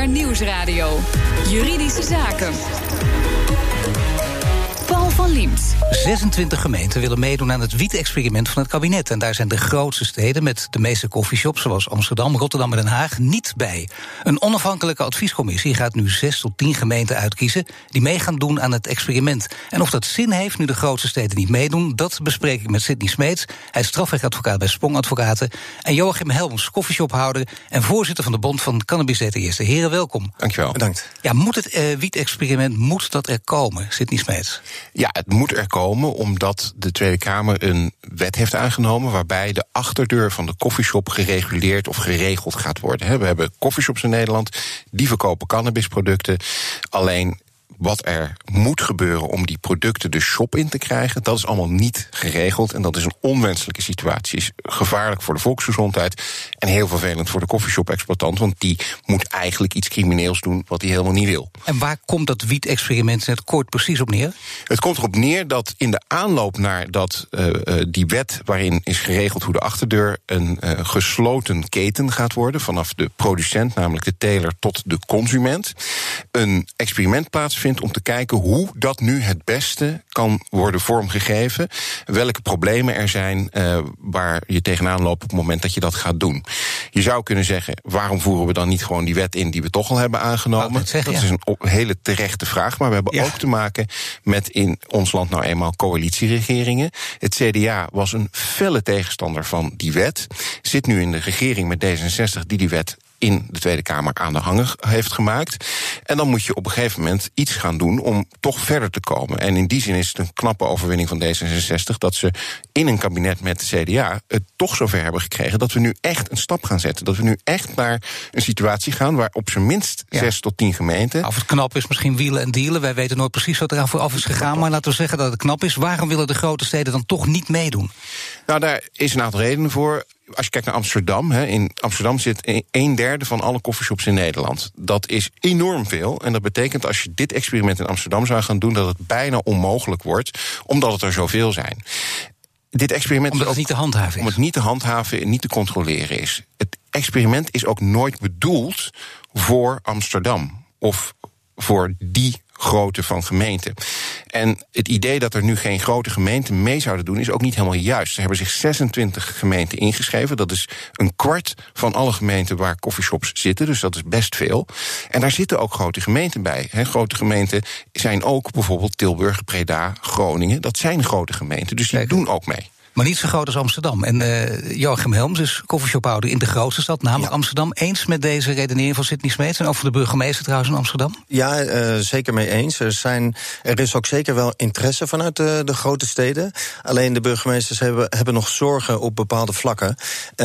BNR Nieuwsradio. Juridische Zaken. Paul van Liemt. 26 gemeenten willen meedoen aan het wiet-experiment van het kabinet. En daar zijn de grootste steden met de meeste coffeeshops, zoals Amsterdam, Rotterdam en Den Haag, niet bij. Een onafhankelijke adviescommissie gaat nu 6 tot 10 gemeenten uitkiezen die mee gaan doen aan het experiment. En of dat zin heeft nu de grootste steden niet meedoen, dat bespreek ik met Sidney Smeets. Hij is strafrechtadvocaat bij Spong Advocaten. En Joachim Helms, coffeeshophouder en voorzitter van de Bond van Cannabis-detailisten. Heren, welkom. Dankjewel. Bedankt. Ja, moet het wiet-experiment, moet dat er komen, Sidney Smeets? Ja, het moet er komen omdat de Tweede Kamer een wet heeft aangenomen waarbij de achterdeur van de coffeeshop gereguleerd of geregeld gaat worden. We hebben coffeeshops in Nederland, die verkopen cannabisproducten. Alleen wat er moet gebeuren om die producten de shop in te krijgen, dat is allemaal niet geregeld. En dat is een onwenselijke situatie. Is gevaarlijk voor de volksgezondheid en heel vervelend voor de coffeeshop-exploitant, want die moet eigenlijk iets crimineels doen wat hij helemaal niet wil. En waar komt dat wiet-experiment in het kort precies op neer? Het komt erop neer dat in de aanloop naar die wet waarin is geregeld hoe de achterdeur een gesloten keten gaat worden, vanaf de producent, namelijk de teler, tot de consument, een experiment plaatsvindt om te kijken hoe dat nu het beste kan worden vormgegeven, welke problemen er zijn waar je tegenaan loopt op het moment dat je dat gaat doen. Je zou kunnen zeggen, waarom voeren we dan niet gewoon die wet in die we toch al hebben aangenomen? Dat is een hele terechte vraag, maar we hebben ook te maken met in ons land nou eenmaal coalitieregeringen. Het CDA was een felle tegenstander van die wet, zit nu in de regering met D66 die wet in de Tweede Kamer aan de hanger heeft gemaakt. En dan moet je op een gegeven moment iets gaan doen om toch verder te komen. En in die zin is het een knappe overwinning van D66 dat ze in een kabinet met de CDA het toch zover hebben gekregen dat we nu echt een stap gaan zetten. Dat we nu echt naar een situatie gaan waar op zijn minst 6 tot 10 gemeenten... Of het knap is, misschien wielen en dealen. Wij weten nooit precies wat eraan vooraf is gegaan, maar laten we zeggen dat het knap is. Waarom willen de grote steden dan toch niet meedoen? Nou, daar is een aantal redenen voor. Als je kijkt naar Amsterdam, in Amsterdam zit 1/3 van alle coffeeshops in Nederland. Dat is enorm veel. En dat betekent als je dit experiment in Amsterdam zou gaan doen, dat het bijna onmogelijk wordt, omdat het er zoveel zijn. Dit experiment omdat het niet te handhaven is. Om het niet te handhaven en niet te controleren is. Het experiment is ook nooit bedoeld voor Amsterdam of voor die grootte van gemeenten. En het idee dat er nu geen grote gemeenten mee zouden doen is ook niet helemaal juist. Er hebben zich 26 gemeenten ingeschreven. Dat is 1/4 van alle gemeenten waar coffeeshops zitten. Dus dat is best veel. En daar zitten ook grote gemeenten bij. Grote gemeenten zijn ook bijvoorbeeld Tilburg, Breda, Groningen. Dat zijn grote gemeenten, dus die doen ook mee. Maar niet zo groot als Amsterdam. En Joachim Helms is coffeeshophouder in de grootste stad, namelijk Amsterdam. Eens met deze redenering van Sidney Smeets en ook van de burgemeester trouwens in Amsterdam? Ja, zeker mee eens. Er is ook zeker wel interesse vanuit de grote steden. Alleen de burgemeesters hebben nog zorgen op bepaalde vlakken.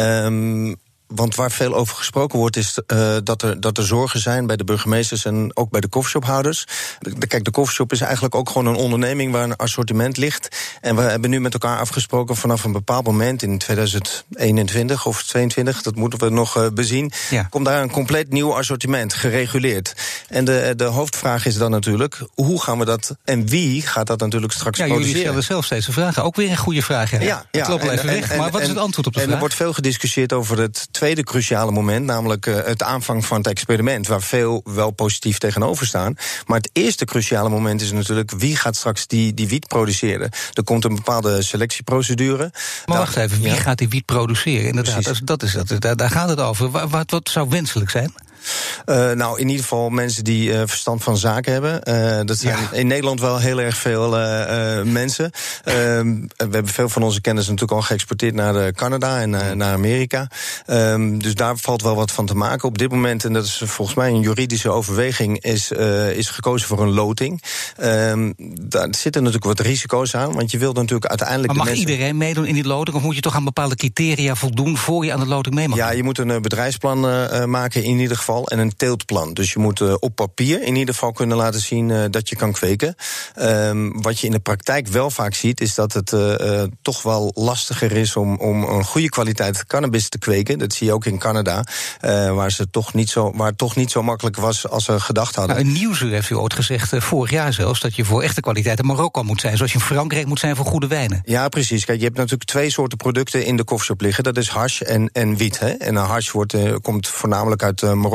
Want waar veel over gesproken wordt is dat er zorgen zijn bij de burgemeesters en ook bij de coffeeshophouders. Kijk, de coffeeshop is eigenlijk ook gewoon een onderneming waar een assortiment ligt. En we hebben nu met elkaar afgesproken vanaf een bepaald moment in 2021 of 2022, dat moeten we nog bezien, komt daar een compleet nieuw assortiment, gereguleerd. En de hoofdvraag is dan natuurlijk, hoe gaan we dat en wie gaat dat natuurlijk straks produceren? Jullie stellen zelf steeds de vragen. Ook weer een goede vraag. Ja, ik loop wel even weg, maar wat is het antwoord op de vraag? En er wordt veel gediscussieerd over het tweede cruciale moment, namelijk het aanvang van het experiment, waar veel wel positief tegenover staan. Maar het eerste cruciale moment is natuurlijk, wie gaat straks die wiet produceren? Er komt een bepaalde selectieprocedure. Maar wacht even, wie gaat die wiet produceren? Inderdaad, daar gaat het over. Wat zou wenselijk zijn? Nou, in ieder geval mensen die verstand van zaken hebben. Dat zijn in Nederland wel heel erg veel mensen. We hebben veel van onze kennis natuurlijk al geëxporteerd naar Canada en naar Amerika. Dus daar valt wel wat van te maken. Op dit moment, en dat is volgens mij een juridische overweging, is gekozen voor een loting. Daar zitten natuurlijk wat risico's aan, want je wilt natuurlijk uiteindelijk. Maar mag iedereen meedoen in die loting, of moet je toch aan bepaalde criteria voldoen voor je aan de loting mee mag? Ja, je moet een bedrijfsplan maken in ieder geval. En een teeltplan. Dus je moet op papier in ieder geval kunnen laten zien dat je kan kweken. Wat je in de praktijk wel vaak ziet, is dat het toch wel lastiger is om een goede kwaliteit cannabis te kweken. Dat zie je ook in Canada, waar het toch niet zo makkelijk was als ze gedacht hadden. Nou, een Nieuwsuur heeft u ooit gezegd, vorig jaar zelfs, dat je voor echte kwaliteit in Marokko moet zijn, zoals je in Frankrijk moet zijn voor goede wijnen. Ja, precies. Kijk, je hebt natuurlijk 2 soorten producten in de coffeeshop liggen. Dat is hash en wiet. En een hash komt voornamelijk uit Marokko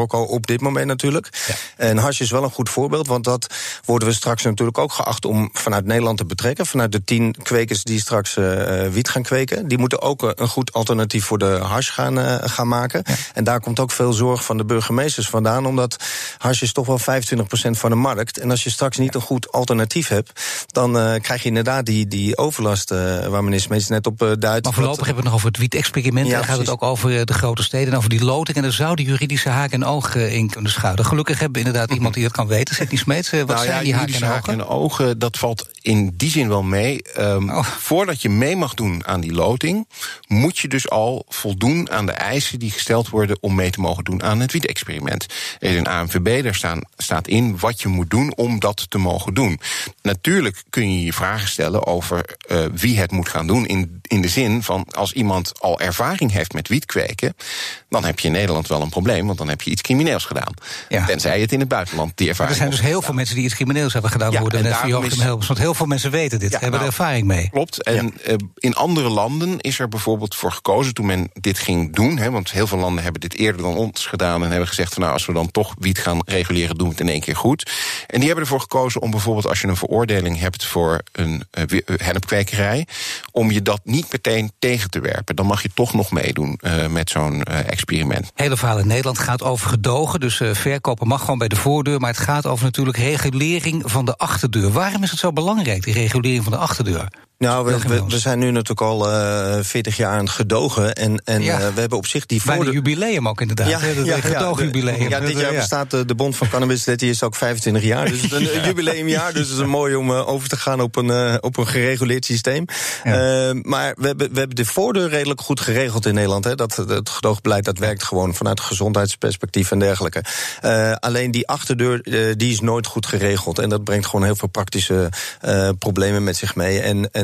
op dit moment natuurlijk. Ja. En hash is wel een goed voorbeeld, want dat worden we straks natuurlijk ook geacht om vanuit Nederland te betrekken. Vanuit de 10 kwekers die straks wiet gaan kweken. Die moeten ook een goed alternatief voor de hash gaan maken. Ja. En daar komt ook veel zorg van de burgemeesters vandaan, omdat hash is toch wel 25% van de markt. En als je straks niet een goed alternatief hebt, dan krijg je inderdaad die overlast waar meneer Smeets net op duidt. Maar voorlopig hebben we het nog over het wiet-experiment. Ja, dan gaat het ook over de grote steden en over die loting. En daar zou de juridische haak en oog in kunnen schuiven. Gelukkig hebben we inderdaad iemand die dat kan weten. Sidney Smeets, wat zijn die haak en ogen? Dat valt in die zin wel mee. Voordat je mee mag doen aan die loting, moet je dus al voldoen aan de eisen die gesteld worden om mee te mogen doen aan het wiet-experiment. Er is een ANVB, daar staat in wat je moet doen om dat te mogen doen. Natuurlijk kun je je vragen stellen over wie het moet gaan doen. In de zin van, als iemand al ervaring heeft met wiet kweken, dan heb je in Nederland wel een probleem, want dan heb je iets crimineels gedaan. Ja. Tenzij het in het buitenland die ervaring. Er zijn dus heel veel mensen die iets crimineels hebben gedaan worden. Net voor Joachim Helbers, want heel veel mensen weten dit, hebben er ervaring mee. Klopt. En in andere landen is er bijvoorbeeld voor gekozen toen men dit ging doen, want heel veel landen hebben dit eerder dan ons gedaan en hebben gezegd van nou, als we dan toch wiet gaan reguleren, doen we het in één keer goed. En die hebben ervoor gekozen om bijvoorbeeld, als je een veroordeling hebt voor een hennepkwekerij, om je dat niet meteen tegen te werpen. Dan mag je toch nog meedoen met zo'n experiment. Het hele verhaal in Nederland gaat over gedogen, dus verkopen mag gewoon bij de voordeur, maar het gaat over natuurlijk regulering van de achterdeur. Waarom is het zo belangrijk, die regulering van de achterdeur? Nou, we zijn nu natuurlijk al 40 jaar aan het gedogen. En we hebben op zich die bij een jubileum ook inderdaad. Ja, het gedoogjubileum. Ja, dit jaar bestaat de Bond van Cannabis. Dit is ook 25 jaar. Dus het is een jubileumjaar. Dus het is mooi om over te gaan op een gereguleerd systeem. Ja. Maar we hebben de voordeur redelijk goed geregeld in Nederland. Hè. Het gedoogbeleid dat werkt gewoon vanuit gezondheidsperspectief en dergelijke. Alleen die achterdeur die is nooit goed geregeld. En dat brengt gewoon heel veel praktische problemen met zich mee. En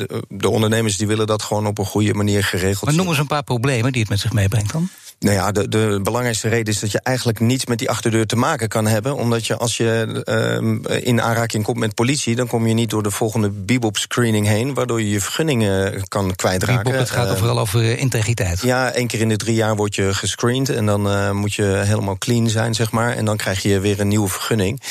de ondernemers die willen dat gewoon op een goede manier geregeld. Maar noem eens een paar problemen die het met zich meebrengt dan. Nou ja, de belangrijkste reden is dat je eigenlijk niets met die achterdeur te maken kan hebben. Omdat je als je in aanraking komt met politie, dan kom je niet door de volgende bebop-screening heen, waardoor je je vergunningen kan kwijtraken. Bebop, het gaat vooral over integriteit. Ja, 1 keer in de 3 jaar word je gescreend en dan moet je helemaal clean zijn, zeg maar. En dan krijg je weer een nieuwe vergunning.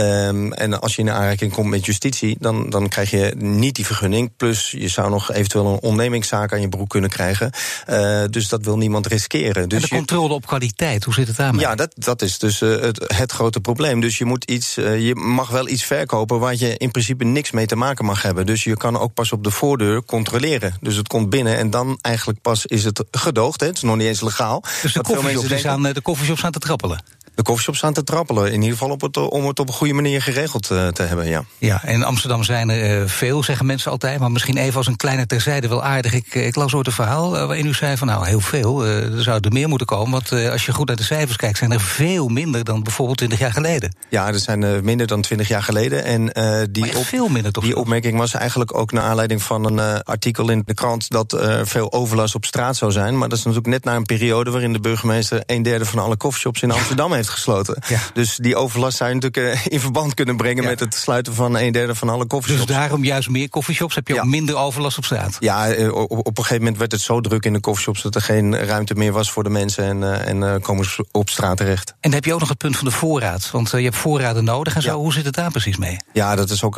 En als je in aanraking komt met justitie, dan krijg je niet die vergunning. Plus je zou nog eventueel een ondernemingszaak aan je broek kunnen krijgen. Dus dat wil niemand riskeren. Dus de controle op kwaliteit, hoe zit het daarmee? Ja, dat is dus het grote probleem. Dus je mag wel iets verkopen waar je in principe niks mee te maken mag hebben. Dus je kan ook pas op de voordeur controleren. Dus het komt binnen en dan eigenlijk pas is het gedoogd. Hè. Het is nog niet eens legaal. Dus de coffeeshops staan te trappelen? De coffeeshops staan te trappelen. In ieder geval om het op een goede manier geregeld te hebben, ja. Ja, en in Amsterdam zijn er veel, zeggen mensen altijd. Maar misschien even als een kleine terzijde wel aardig. Ik las ooit een verhaal waarin u zei van nou, heel veel. Er zou er meer moeten komen. Want als je goed naar de cijfers kijkt, zijn er veel minder dan bijvoorbeeld 20 jaar geleden. Ja, er zijn minder dan 20 jaar geleden. En veel minder toch? Die opmerking was eigenlijk ook naar aanleiding van een artikel in de krant dat er veel overlast op straat zou zijn. Maar dat is natuurlijk net na een periode waarin de burgemeester 1/3 van alle coffeeshops in Amsterdam heeft gesloten. Ja. Dus die overlast zou je natuurlijk in verband kunnen brengen met het sluiten van 1/3 van alle coffeeshops. Dus daarom juist meer coffeeshops, heb je ook minder overlast op straat? Ja, op een gegeven moment werd het zo druk in de coffeeshops dat er geen ruimte meer was voor de mensen en komen ze op straat terecht. En dan heb je ook nog het punt van de voorraad, want je hebt voorraden nodig en zo. Hoe zit het daar precies mee? Ja, dat is ook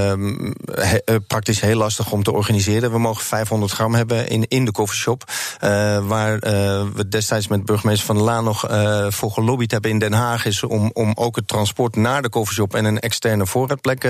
praktisch heel lastig om te organiseren. We mogen 500 gram hebben in de coffeeshop, waar we destijds met burgemeester Van der Laan nog voor gelobbyd hebben in Den Haag, is om ook het transport naar de coffeeshop en een externe voorraadplek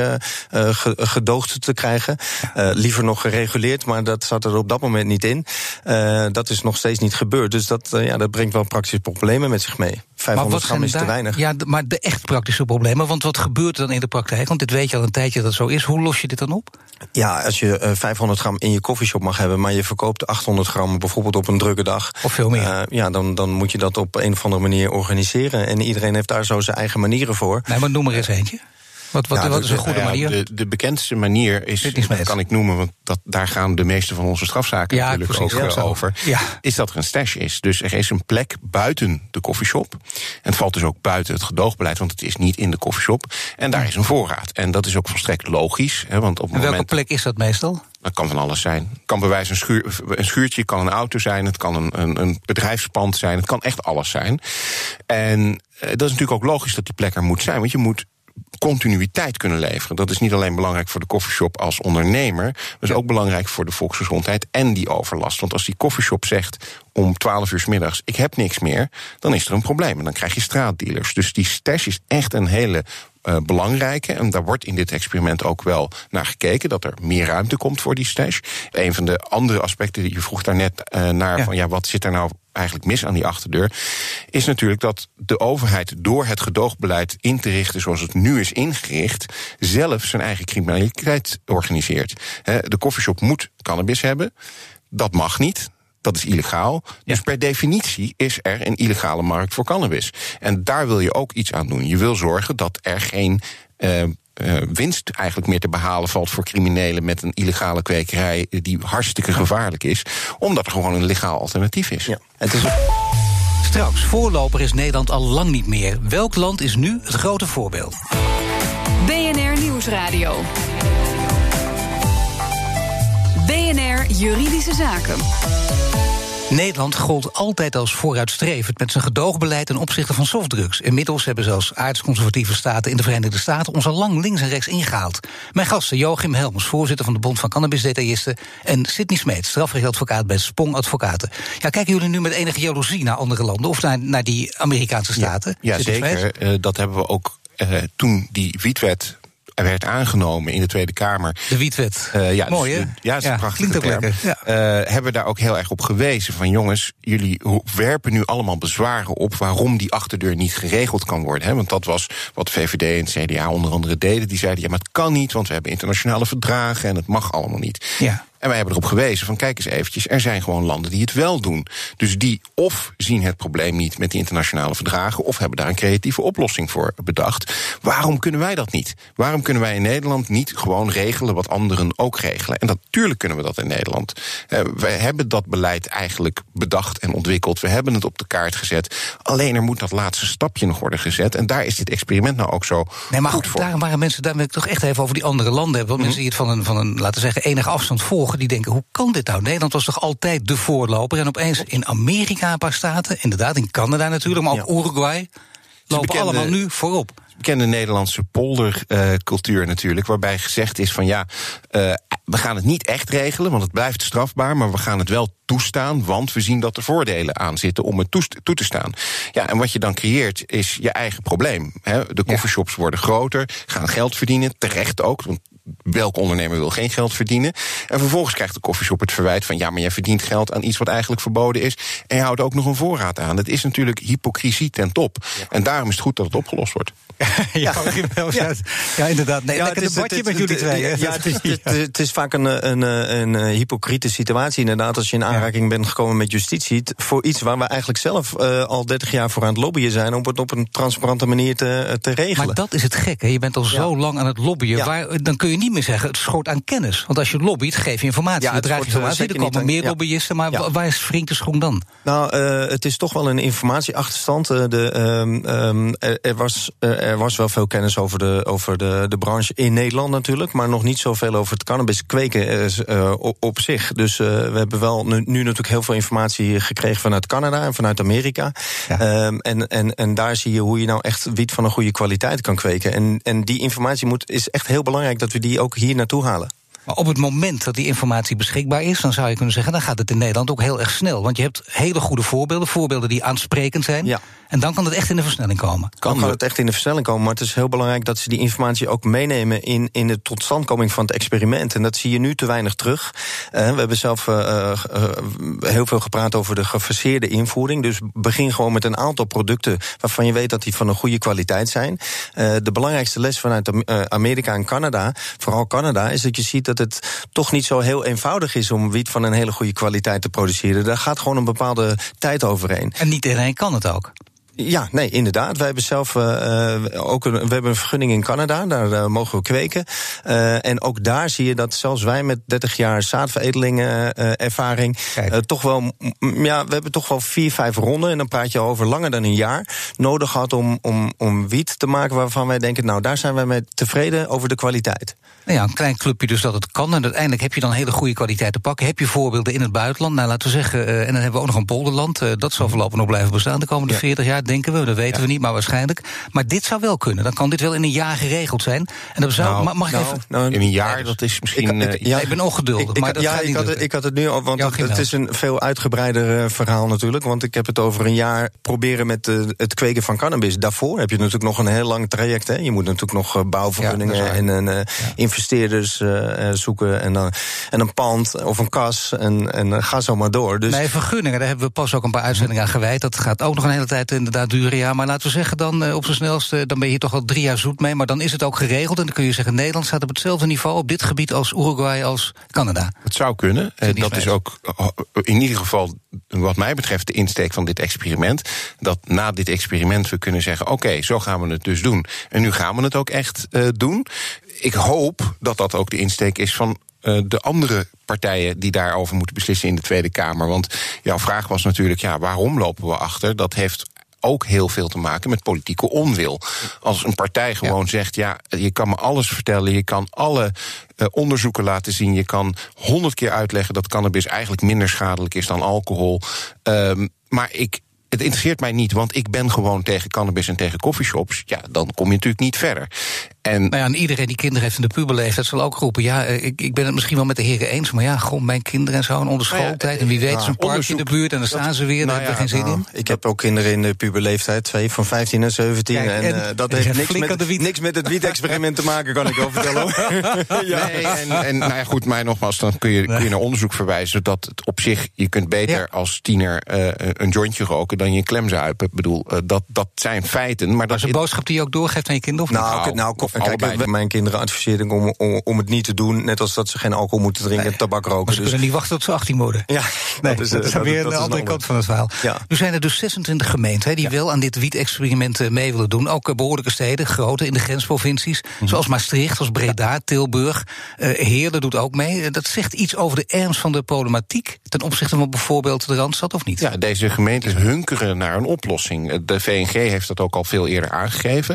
gedoogd te krijgen. Liever nog gereguleerd, maar dat zat er op dat moment niet in. Dat is nog steeds niet gebeurd, dus dat brengt wel praktische problemen met zich mee. 500 gram is te weinig. Ja, maar de echt praktische problemen, want wat gebeurt er dan in de praktijk? Want dit weet je al een tijdje dat het zo is. Hoe los je dit dan op? Ja, als je 500 gram in je coffeeshop mag hebben, maar je verkoopt 800 gram bijvoorbeeld op een drukke dag. Of veel meer. Dan moet je dat op een of andere manier organiseren. En iedereen heeft daar zo zijn eigen manieren voor. Nee, maar noem er eens eentje. Wat is een goede manier? De bekendste manier is, dat kan ik noemen, want daar gaan de meeste van onze strafzaken natuurlijk ook over. Ja. Is dat er een stash is. Dus er is een plek buiten de coffeeshop. En het valt dus ook buiten het gedoogbeleid, want het is niet in de coffeeshop. En daar is een voorraad. En dat is ook volstrekt logisch. Want op welke plek is dat meestal? Dat kan van alles zijn. Het kan bij wijze een schuurtje, het kan een auto zijn, het kan een bedrijfspand zijn, het kan echt alles zijn. En dat is natuurlijk ook logisch dat die plek er moet zijn, want je moet continuïteit kunnen leveren. Dat is niet alleen belangrijk voor de coffeeshop als ondernemer, maar is ook belangrijk voor de volksgezondheid en die overlast. Want als die coffeeshop zegt om 12 uur 's middags, ik heb niks meer, dan is er een probleem. En dan krijg je straatdealers. Dus die stash is echt een hele belangrijke. En daar wordt in dit experiment ook wel naar gekeken, dat er meer ruimte komt voor die stash. Een van de andere aspecten die je vroeg daarnet naar, van wat zit er nou eigenlijk mis aan die achterdeur, is natuurlijk dat de overheid door het gedoogbeleid in te richten zoals het nu is ingericht, zelf zijn eigen criminaliteit organiseert. De coffeeshop moet cannabis hebben. Dat mag niet. Dat is illegaal. Dus per definitie is er een illegale markt voor cannabis. En daar wil je ook iets aan doen. Je wil zorgen dat er geen winst eigenlijk meer te behalen valt voor criminelen met een illegale kwekerij die hartstikke gevaarlijk is, omdat er gewoon een legaal alternatief is. Ja. Het is straks, voorloper is Nederland al lang niet meer. Welk land is nu het grote voorbeeld? BNR Nieuwsradio. BNR Juridische Zaken. Nederland gold altijd als vooruitstrevend met zijn gedoogbeleid ten opzichte van softdrugs. Inmiddels hebben zelfs aardsconservatieve staten in de Verenigde Staten ons al lang links en rechts ingehaald. Mijn gasten Joachim Helmers, voorzitter van de Bond van Cannabisdetailisten, en Sidney Smeets, strafrechtadvocaat bij Spong Advocaten. Ja, kijken jullie nu met enige jaloezie naar andere landen of naar die Amerikaanse staten? Ja, zeker. Dat hebben we ook toen die wietwet werd aangenomen in de Tweede Kamer. De wietwet. Mooi, hè? Ja, dat is een prachtige term. Hebben we daar ook heel erg op gewezen van jongens, jullie werpen nu allemaal bezwaren op waarom die achterdeur niet geregeld kan worden. Hè? Want dat was wat VVD en CDA onder andere deden. Die zeiden, maar het kan niet, want we hebben internationale verdragen en het mag allemaal niet. Ja. En wij hebben erop gewezen van kijk eens eventjes, er zijn gewoon landen die het wel doen. Dus die of zien het probleem niet met die internationale verdragen, of hebben daar een creatieve oplossing voor bedacht. Waarom kunnen wij dat niet? Waarom kunnen wij in Nederland niet gewoon regelen wat anderen ook regelen? En natuurlijk kunnen we dat in Nederland. We hebben dat beleid eigenlijk bedacht en ontwikkeld. We hebben het op de kaart gezet. Alleen er moet dat laatste stapje nog worden gezet. En daar is dit experiment nou ook zo goed voor. Daarom waren mensen, daar wil ik toch echt even over die andere landen hebben. Want mensen die het van een, laten we zeggen, enige afstand volgen, die denken, hoe kan dit nou? Nederland was toch altijd de voorloper? En opeens in Amerika een paar staten, inderdaad in Canada natuurlijk, maar ook Uruguay, lopen allemaal nu voorop. Bekende Nederlandse poldercultuur natuurlijk, waarbij gezegd is van we gaan het niet echt regelen, want het blijft strafbaar, maar we gaan het wel toestaan, want we zien dat er voordelen aan zitten om het toe te staan. Ja, en wat je dan creëert is je eigen probleem. De coffeeshops worden groter, gaan geld verdienen, terecht ook, want welke ondernemer wil geen geld verdienen? En vervolgens krijgt de coffeeshop het verwijt van maar jij verdient geld aan iets wat eigenlijk verboden is en je houdt ook nog een voorraad aan. Dat is natuurlijk hypocrisie ten top. Ja. En daarom is het goed dat het opgelost wordt. Ja, inderdaad. Nee, lekker debatje met jullie twee. Het is vaak een hypocriete situatie, inderdaad, als je in aanraking bent gekomen met justitie voor iets waar we eigenlijk zelf al 30 jaar voor aan het lobbyen zijn om het op een transparante manier te regelen. Maar dat is het gekke. Je bent al zo lang aan het lobbyen. Dan kun je niet meer zeggen, het schort aan kennis. Want als je lobbyt, geef je informatie. Ja, draag je informatie. Er komen meer lobbyisten, maar waar is wringt de schoen dan? Nou, het is toch wel een informatieachterstand. Er was wel veel kennis over de branche in Nederland natuurlijk, maar nog niet zoveel over het cannabis kweken op zich. Dus we hebben wel nu natuurlijk heel veel informatie gekregen vanuit Canada en vanuit Amerika. Ja. En daar zie je hoe je nou echt wiet van een goede kwaliteit kan kweken. En die informatie is echt heel belangrijk dat we die ook hier naartoe halen. Maar op het moment dat die informatie beschikbaar is, dan zou je kunnen zeggen, dan gaat het in Nederland ook heel erg snel. Want je hebt hele goede voorbeelden die aansprekend zijn. Ja. En dan kan het echt in de versnelling komen. Dan kan het echt in de versnelling komen, maar het is heel belangrijk dat ze die informatie ook meenemen in de totstandkoming van het experiment. En dat zie je nu te weinig terug. We hebben zelf heel veel gepraat over de gefaseerde invoering. Dus begin gewoon met een aantal producten waarvan je weet dat die van een goede kwaliteit zijn. De belangrijkste les vanuit Amerika en Canada, vooral Canada, is dat je ziet dat het toch niet zo heel eenvoudig is om wiet van een hele goede kwaliteit te produceren. Daar gaat gewoon een bepaalde tijd overheen. En niet iedereen kan het ook. Ja, nee, inderdaad. Wij hebben zelf we hebben een vergunning in Canada, daar mogen we kweken. En ook daar zie je dat zelfs wij met 30 jaar zaadveredeling ervaring toch wel, we hebben toch wel 4-5 ronden, en dan praat je over langer dan een jaar, nodig gehad om wiet te maken waarvan wij denken, nou, daar zijn wij mee tevreden over de kwaliteit. Nou ja, een klein clubje dus dat het kan. En uiteindelijk heb je dan hele goede kwaliteit te pakken. Heb je voorbeelden in het buitenland? Nou, laten we zeggen, en dan hebben we ook nog een polderland. Dat zal voorlopig nog blijven bestaan de komende 40 jaar, denken we. Dat weten we niet, maar waarschijnlijk. Maar dit zou wel kunnen. Dan kan dit wel in een jaar geregeld zijn. En dat zou, in een jaar, dat is misschien... Ik ben ongeduldig, maar dat gaat niet lukken. Ik had het nu al, want het is een veel uitgebreider verhaal natuurlijk. Want ik heb het over een jaar proberen met het kweken van cannabis. Daarvoor heb je natuurlijk nog een heel lang traject. Hè. Je moet natuurlijk nog bouwvergunningen en investeerders zoeken en een pand of een kas en ga zo maar door. Dus nee, vergunningen, daar hebben we pas ook een paar uitzendingen aan gewijd. Dat gaat ook nog een hele tijd inderdaad duren. Ja, maar laten we zeggen dan op z'n snelste, dan ben je hier toch al 3 jaar zoet mee. Maar dan is het ook geregeld en dan kun je zeggen, Nederland staat op hetzelfde niveau op dit gebied als Uruguay, als Canada. Het zou kunnen. Dat is ook in ieder geval wat mij betreft de insteek van dit experiment. Dat na dit experiment we kunnen zeggen, oké, zo gaan we het dus doen. En nu gaan we het ook echt doen. Ik hoop dat dat ook de insteek is van de andere partijen die daarover moeten beslissen in de Tweede Kamer. Want jouw vraag was natuurlijk, waarom lopen we achter? Dat heeft ook heel veel te maken met politieke onwil. Als een partij gewoon zegt, je kan me alles vertellen, je kan alle onderzoeken laten zien, je kan 100 keer uitleggen dat cannabis eigenlijk minder schadelijk is dan alcohol. Maar het interesseert mij niet, want ik ben gewoon tegen cannabis en tegen coffeeshops. Ja, dan kom je natuurlijk niet verder. En iedereen die kinderen heeft in de puberleeftijd zal ook roepen, ik ben het misschien wel met de heren eens, maar mijn kinderen en zo, en onder schooltijd, en wie weet, zo'n park in de buurt, en dan staan ze weer, en daar hebben we geen zin in. Ik heb ook kinderen in de puberleeftijd, 2 van 15 en 17, en dat heeft niks met het wiet-experiment te maken, kan ik wel vertellen. Nee, goed, maar nogmaals, dan kun je naar onderzoek verwijzen, dat het op zich, je kunt beter als tiener een jointje roken dan je een klem zuipen. Ik bedoel, dat zijn feiten. Maar dat is een boodschap die je ook doorgeeft aan je kinderen? Kijk, mijn kinderen adviseer ik om het niet te doen, net als dat ze geen alcohol moeten drinken en tabak roken. Maar ze kunnen niet wachten tot ze 18 worden. Ja, dat is weer de andere kant van het verhaal. Ja. Nu zijn er dus 26 gemeenten die wel aan dit wiet-experiment mee willen doen. Ook behoorlijke steden, grote in de grensprovincies. Zoals Maastricht, als Breda, Tilburg. Heerlen doet ook mee. Dat zegt iets over de ernst van de problematiek ten opzichte van bijvoorbeeld de Randstad, of niet? Ja, deze gemeentes hunkeren naar een oplossing. De VNG heeft dat ook al veel eerder aangegeven.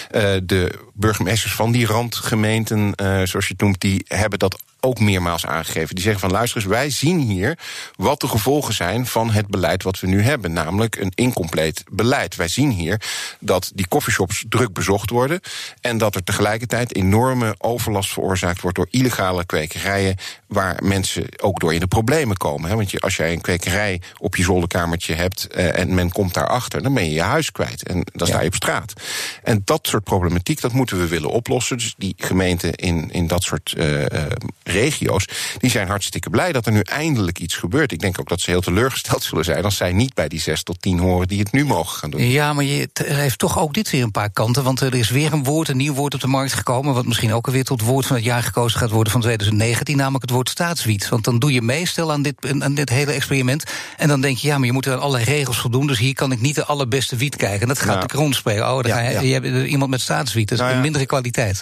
De burgemeesters van die randgemeenten, zoals je het noemt, die hebben dat ook meermaals aangegeven. Die zeggen van, luister eens, wij zien hier wat de gevolgen zijn van het beleid wat we nu hebben. Namelijk een incompleet beleid. Wij zien hier dat die coffeeshops druk bezocht worden en dat er tegelijkertijd enorme overlast veroorzaakt wordt door illegale kwekerijen, waar mensen ook door in de problemen komen. Want als jij een kwekerij op je zolderkamertje hebt en men komt daarachter, dan ben je je huis kwijt en dan sta je op straat. En dat soort problematiek, dat moeten we willen oplossen. Dus die gemeenten in dat soort regio's, die zijn hartstikke blij dat er nu eindelijk iets gebeurt. Ik denk ook dat ze heel teleurgesteld zullen zijn als zij niet bij die 6 tot 10 horen die het nu mogen gaan doen. Ja, maar er heeft toch ook dit weer een paar kanten, want er is weer een nieuw woord op de markt gekomen, wat misschien ook alweer tot woord van het jaar gekozen gaat worden van 2019, namelijk het woord staatswiet. Want dan doe je mee, stel aan dit hele experiment, en dan denk je, maar je moet er aan allerlei regels voldoen, dus hier kan ik niet de allerbeste wiet krijgen. En dat gaat ik rondspelen. Je hebt iemand met staatswiet, dus een mindere kwaliteit.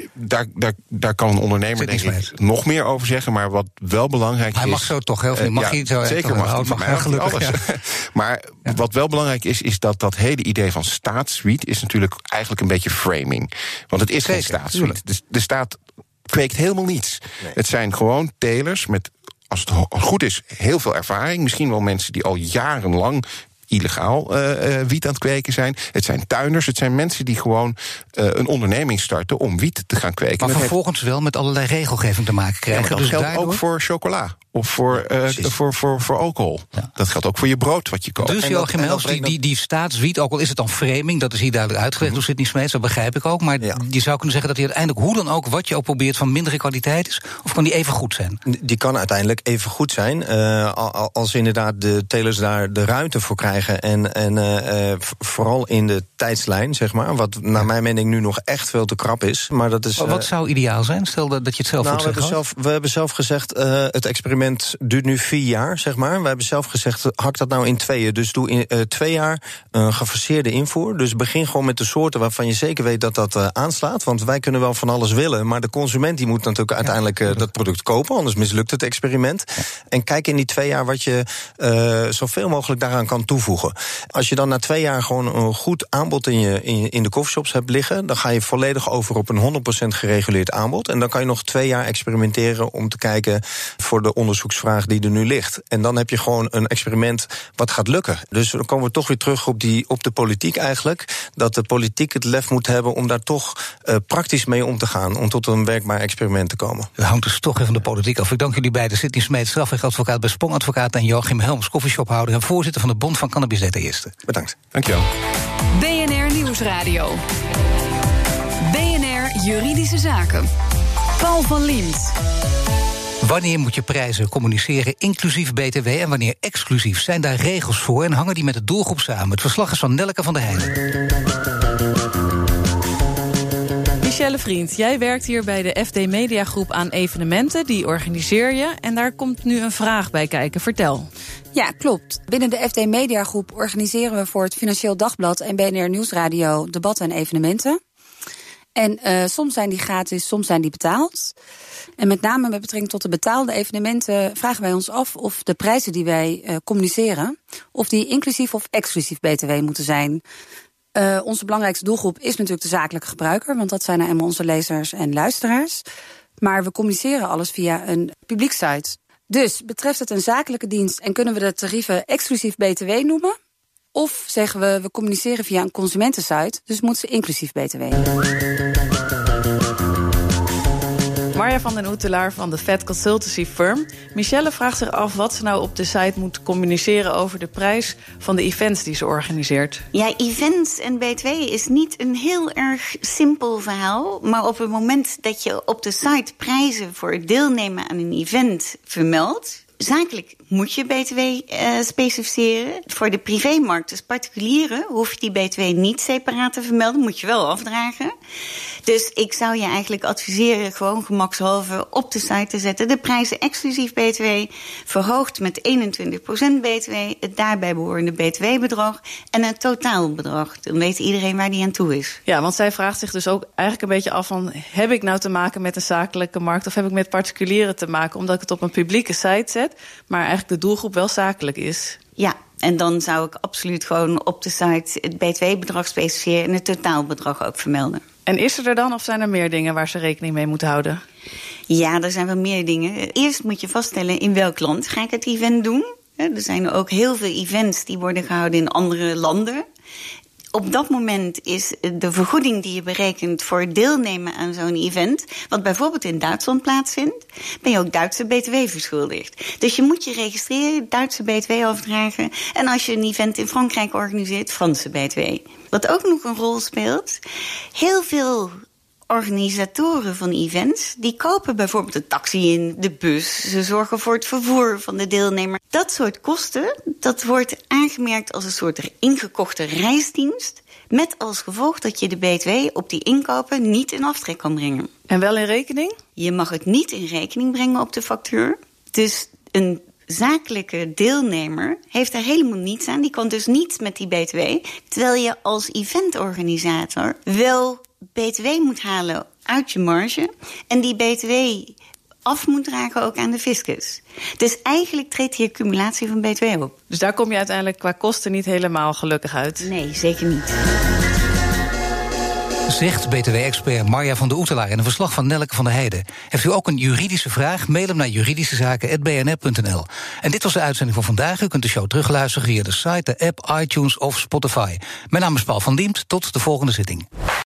Daar kan een ondernemer denk ik nog meer over zeggen, maar wat wel belangrijk is... Hij mag zo toch, heel mag hij zo zeker mag gelukkig alles. Ja. Maar wat wel belangrijk is dat hele idee van staatswiet is natuurlijk eigenlijk een beetje framing. Want het is geen staatswiet. De staat kweekt helemaal niets. Nee. Het zijn gewoon telers met, als het goed is, heel veel ervaring. Misschien wel mensen die al jarenlang illegaal wiet aan het kweken zijn. Het zijn tuinders, het zijn mensen die gewoon een onderneming starten om wiet te gaan kweken. Maar vervolgens wel met allerlei regelgeving te maken krijgen. Ja, maar dat geldt ook voor chocola. Of voor alcohol. Ja. Dat geldt ook voor je brood wat je koopt. Dus Joachim Hels, die staatswiet, ook al is het dan framing, dat is hier duidelijk uitgelegd door Sidney Smeets, dat begrijp ik ook. Maar je zou kunnen zeggen dat hij uiteindelijk, hoe dan ook, wat je ook probeert, van mindere kwaliteit is, of kan die even goed zijn? Die kan uiteindelijk even goed zijn, als inderdaad de telers daar de ruimte voor krijgen. En vooral in de tijdslijn, zeg maar, wat naar mijn mening nu nog echt veel te krap is. Maar dat is. Wat zou ideaal zijn? Stel dat je het zelf we hebben zelf gezegd, het experiment experiment duurt nu 4 jaar, zeg maar. We hebben zelf gezegd, hak dat nou in 2. Dus doe in 2 jaar een gefaseerde invoer. Dus begin gewoon met de soorten waarvan je zeker weet dat dat aanslaat. Want wij kunnen wel van alles willen, maar de consument die moet natuurlijk uiteindelijk dat product kopen. Anders mislukt het experiment. Ja. En kijk in die 2 jaar wat je zoveel mogelijk daaraan kan toevoegen. Als je dan na 2 jaar gewoon een goed aanbod in de coffeeshops hebt liggen, dan ga je volledig over op een 100% gereguleerd aanbod. En dan kan je nog 2 jaar experimenteren om te kijken voor de onderzoeksvraag die er nu ligt. En dan heb je gewoon een experiment wat gaat lukken. Dus dan komen we toch weer terug op de politiek eigenlijk. Dat de politiek het lef moet hebben om daar toch praktisch mee om te gaan. Om tot een werkbaar experiment te komen. Dat hangt dus toch even van de politiek af. Ik dank jullie beiden. Sidney Smeets, strafrechtadvocaat bij Spong Advocaat, en Joachim Helms, koffieshophouder en voorzitter van de Bond van Cannabisdetailisten. Bedankt. Dankjewel. BNR Nieuwsradio. BNR Juridische Zaken. Paul van Liemt. Wanneer moet je prijzen communiceren inclusief BTW en wanneer exclusief? Zijn daar regels voor en hangen die met de doelgroep samen? Het verslag is van Nelleke van der Heijden. Michelle Vriend, jij werkt hier bij de FD Media Groep aan evenementen. Die organiseer je en daar komt nu een vraag bij kijken. Vertel. Ja, klopt. Binnen de FD Media Groep organiseren we voor het Financieel Dagblad en BNR Nieuwsradio debatten en evenementen. En soms zijn die gratis, soms zijn die betaald. En met name met betrekking tot de betaalde evenementen vragen wij ons af of de prijzen die wij communiceren, of die inclusief of exclusief BTW moeten zijn. Onze belangrijkste doelgroep is natuurlijk de zakelijke gebruiker, want dat zijn nou eenmaal onze lezers en luisteraars. Maar we communiceren alles via een publiekssite. Dus betreft het een zakelijke dienst en kunnen we de tarieven exclusief BTW noemen? Of zeggen we communiceren via een consumentensite, dus moeten ze inclusief BTW. Marja van den Oetelaar van de Vet Consultancy Firm. Michelle vraagt zich af wat ze nou op de site moet communiceren over de prijs van de events die ze organiseert. Ja, events en BTW is niet een heel erg simpel verhaal. Maar op het moment dat je op de site prijzen voor het deelnemen aan een event vermeldt, zakelijk moet je BTW specificeren. Voor de privémarkt, dus particulieren, hoef je die BTW niet separaat te vermelden. Moet je wel afdragen. Dus ik zou je eigenlijk adviseren gewoon gemakshalve op de site te zetten. De prijzen exclusief BTW verhoogd met 21% BTW. Het daarbij behorende BTW-bedrag en een totaalbedrag. Dan weet iedereen waar die aan toe is. Ja, want zij vraagt zich dus ook eigenlijk een beetje af van, heb ik nou te maken met een zakelijke markt of heb ik met particulieren te maken omdat ik het op een publieke site zet, maar eigenlijk de doelgroep wel zakelijk is? Ja, en dan zou ik absoluut gewoon op de site het BTW-bedrag specificeren en het totaalbedrag ook vermelden. En is er dan of zijn er meer dingen waar ze rekening mee moeten houden? Ja, er zijn wel meer dingen. Eerst moet je vaststellen in welk land ga ik het event doen. Er zijn ook heel veel events die worden gehouden in andere landen. Op dat moment is de vergoeding die je berekent voor het deelnemen aan zo'n event, wat bijvoorbeeld in Duitsland plaatsvindt, ben je ook Duitse BTW verschuldigd. Dus je moet je registreren, Duitse BTW afdragen. En als je een event in Frankrijk organiseert, Franse BTW. Wat ook nog een rol speelt, heel veel organisatoren van events, die kopen bijvoorbeeld de taxi in, de bus. Ze zorgen voor het vervoer van de deelnemer. Dat soort kosten, dat wordt aangemerkt als een soort ingekochte reisdienst, met als gevolg dat je de BTW op die inkopen niet in aftrek kan brengen. En wel in rekening? Je mag het niet in rekening brengen op de factuur. Dus een zakelijke deelnemer heeft er helemaal niets aan. Die kan dus niet met die BTW. Terwijl je als eventorganisator wel BTW moet halen uit je marge en die BTW af moet dragen ook aan de fiscus. Dus eigenlijk treedt die accumulatie van BTW op. Dus daar kom je uiteindelijk qua kosten niet helemaal gelukkig uit? Nee, zeker niet. Zegt BTW-expert Marja van der Oetelaar in een verslag van Nelleke van der Heijden. Heeft u ook een juridische vraag? Mail hem naar juridischezaken@bnr.nl. En dit was de uitzending van vandaag. U kunt de show terugluisteren via de site, de app, iTunes of Spotify. Mijn naam is Paul van Liemt. Tot de volgende zitting.